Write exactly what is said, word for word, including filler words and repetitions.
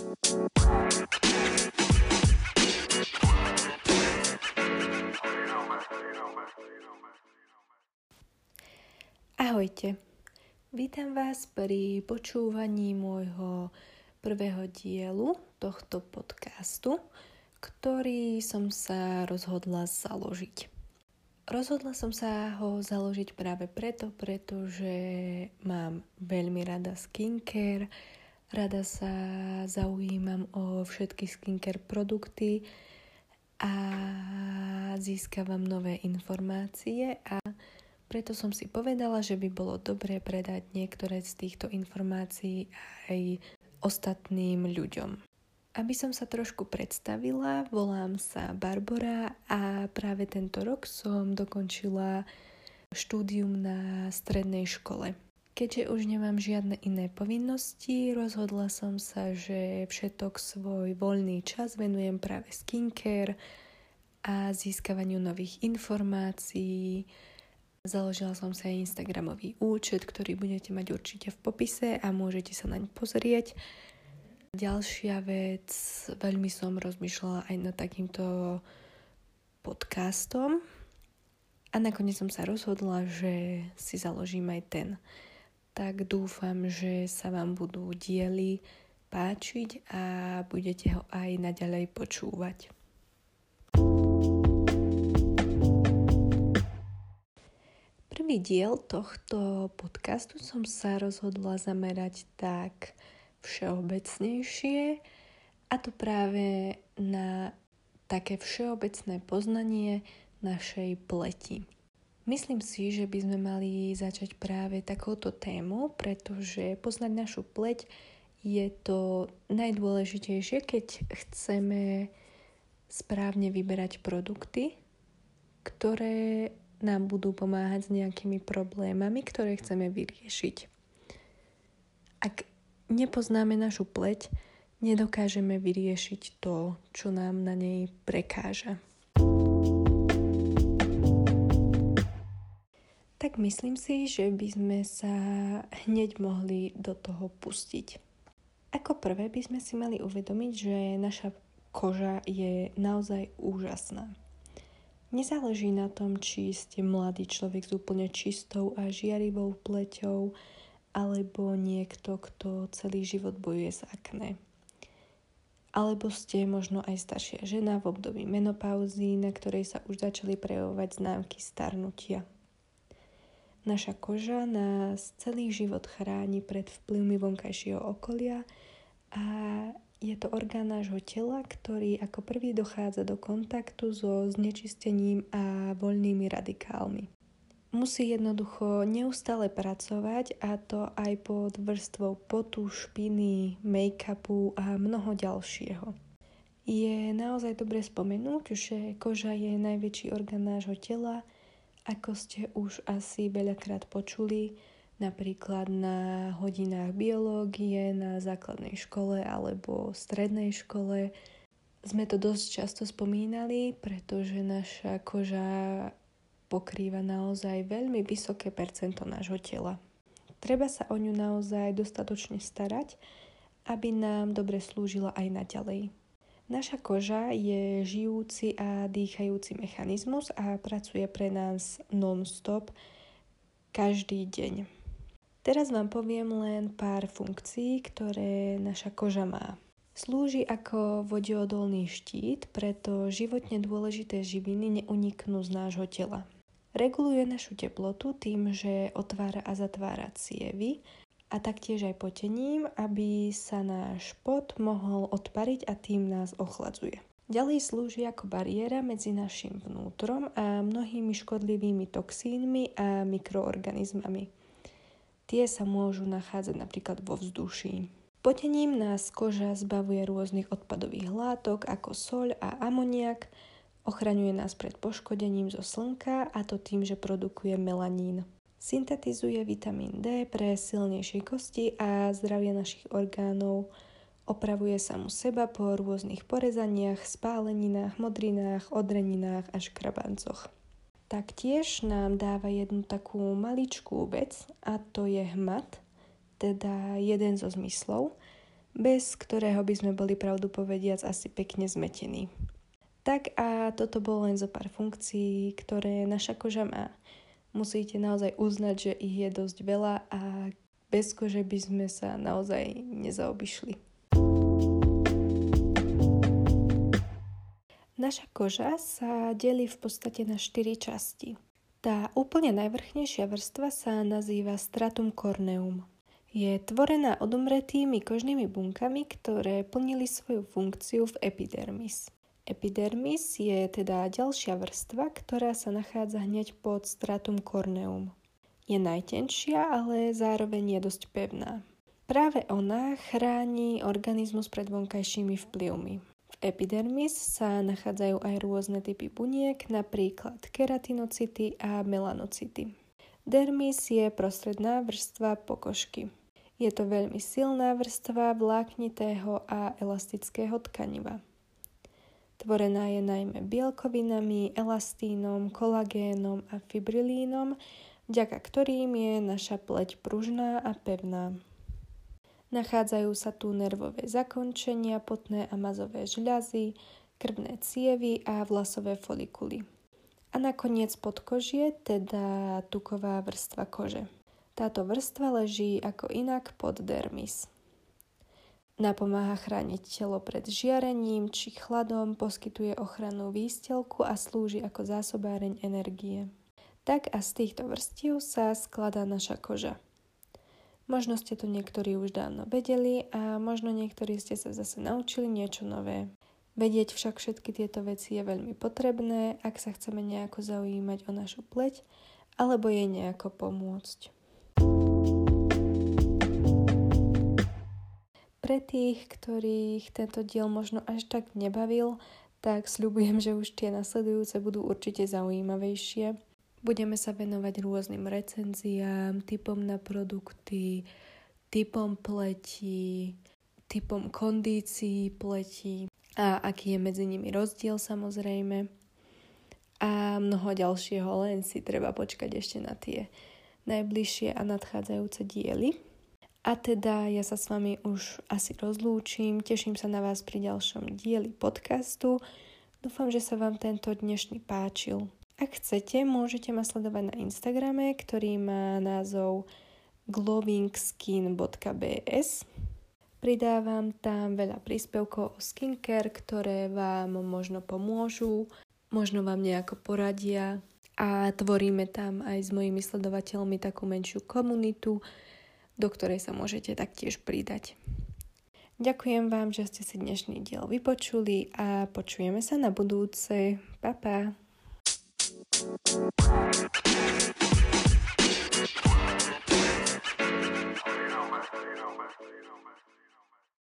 Ahojte, vítam vás pri počúvaní môjho prvého dielu tohto podcastu, ktorý som sa rozhodla založiť. Rozhodla som sa ho založiť práve preto, pretože mám veľmi rada skincare, rada sa zaujímam o všetky skincare produkty a získavam nové informácie a preto som si povedala, že by bolo dobré predať niektoré z týchto informácií aj ostatným ľuďom. Aby som sa trošku predstavila, volám sa Barbora a práve tento rok som dokončila štúdium na strednej škole. Keďže už nemám žiadne iné povinnosti, rozhodla som sa, že všetok svoj voľný čas venujem práve skincare a získavaniu nových informácií. Založila som sa aj Instagramový účet, ktorý budete mať určite v popise a môžete sa naň pozrieť. Ďalšia vec, veľmi som rozmýšľala aj nad takýmto podcastom a nakoniec som sa rozhodla, že si založím aj ten. Tak dúfam, že sa vám budú diely páčiť a budete ho aj naďalej počúvať. Prvý diel tohto podcastu som sa rozhodla zamerať tak všeobecnejšie, a to práve na také všeobecné poznanie našej pleti. Myslím si, že by sme mali začať práve takouto tému, pretože poznať našu pleť je to najdôležitejšie, keď chceme správne vyberať produkty, ktoré nám budú pomáhať s nejakými problémami, ktoré chceme vyriešiť. Ak nepoznáme našu pleť, nedokážeme vyriešiť to, čo nám na nej prekáža. Tak myslím si, že by sme sa hneď mohli do toho pustiť. Ako prvé by sme si mali uvedomiť, že naša koža je naozaj úžasná. Nezáleží na tom, či ste mladý človek s úplne čistou a žiarivou pleťou, alebo niekto, kto celý život bojuje s akné. Alebo ste možno aj staršia žena v období menopauzy, na ktorej sa už začali prejavovať známky starnutia. Naša koža nás celý život chráni pred vplyvmi vonkajšieho okolia a je to orgán nášho tela, ktorý ako prvý dochádza do kontaktu so znečistením a voľnými radikálmi. Musí jednoducho neustále pracovať, a to aj pod vrstvou potu, špiny, make-upu a mnoho ďalšieho. Je naozaj dobre spomenúť, že koža je najväčší orgán nášho tela, ako ste už asi veľakrát počuli, napríklad na hodinách biológie na základnej škole alebo strednej škole. Sme to dosť často spomínali, pretože naša koža pokrýva naozaj veľmi vysoké percento nášho tela. Treba sa o ňu naozaj dostatočne starať, aby nám dobre slúžila aj naďalej. Naša koža je žijúci a dýchajúci mechanizmus a pracuje pre nás non-stop každý deň. Teraz vám poviem len pár funkcií, ktoré naša koža má. Slúži ako vodeodolný štít, preto životne dôležité živiny neuniknú z nášho tela. Reguluje našu teplotu tým, že otvára a zatvára cievy a taktiež aj potením, aby sa náš pot mohol odpariť a tým nás ochladzuje. Ďalej slúži ako bariéra medzi našim vnútrom a mnohými škodlivými toxínmi a mikroorganizmami. Tie sa môžu nachádzať napríklad vo vzduší. Potením nás koža zbavuje rôznych odpadových látok ako soľ a amoniak, ochraňuje nás pred poškodením zo slnka, a to tým, že produkuje melanín. Syntetizuje vitamín D pre silnejšie kosti a zdravie našich orgánov, opravuje samu seba po rôznych porezaniach, spáleninách, modrinách, odreninách a škrabancoch. Taktiež nám dáva jednu takú maličkú vec, a to je hmat, teda jeden zo zmyslov, bez ktorého by sme boli pravdu povediac asi pekne zmetení. Tak a toto bolo len zo pár funkcií, ktoré naša koža má. Musíte naozaj uznať, že ich je dosť veľa a bez kože by sme sa naozaj nezaobišli. Naša koža sa delí v podstate na štyri časti. Tá úplne najvrchnejšia vrstva sa nazýva stratum corneum. Je tvorená odumretými kožnými bunkami, ktoré plnili svoju funkciu v epidermis. Epidermis je teda ďalšia vrstva, ktorá sa nachádza hneď pod stratum corneum. Je najtenšia, ale zároveň je dosť pevná. Práve ona chráni organizmus pred vonkajšími vplyvmi. V epidermis sa nachádzajú aj rôzne typy buniek, napríklad keratinocyty a melanocity. Dermis je prostredná vrstva pokožky. Je to veľmi silná vrstva vláknitého a elastického tkaniva. Tvorená je najmä bielkovinami, elastínom, kolagénom a fibrilínom, vďaka ktorým je naša pleť pružná a pevná. Nachádzajú sa tu nervové zakončenia, potné a mazové žľazy, krvné cievy a vlasové folikuly. A nakoniec podkožie, teda tuková vrstva kože. Táto vrstva leží ako inak pod dermis. Napomáha chrániť telo pred žiarením či chladom, poskytuje ochrannú výstelku a slúži ako zásobáreň energie. Tak a z týchto vrstiev sa skladá naša koža. Možno ste to niektorí už dávno vedeli a možno niektorí ste sa zase naučili niečo nové. Vedieť však všetky tieto veci je veľmi potrebné, ak sa chceme nejako zaujímať o našu pleť alebo jej nejako pomôcť. Pre tých, ktorých tento diel možno až tak nebavil, tak sľubujem, že už tie nasledujúce budú určite zaujímavejšie. Budeme sa venovať rôznym recenziám, typom na produkty, typom pleti, typom kondícií pleti a aký je medzi nimi rozdiel samozrejme. A mnoho ďalšieho, len si treba počkať ešte na tie najbližšie a nadchádzajúce diely. A teda ja sa s vami už asi rozlúčim, teším sa na vás pri ďalšom dieli podcastu. Dúfam, že sa vám tento dnešný páčil. Ak chcete, môžete ma sledovať na Instagrame, ktorý má názov glowingskin bodka bé es. Pridávam tam veľa príspevkov o skincare, ktoré vám možno pomôžu, možno vám nejako poradia a tvoríme tam aj s mojimi sledovateľmi takú menšiu komunitu, do ktorej sa môžete taktiež pridať. Ďakujem vám, že ste si dnešný diel vypočuli a počujeme sa na budúce. Pa, pa.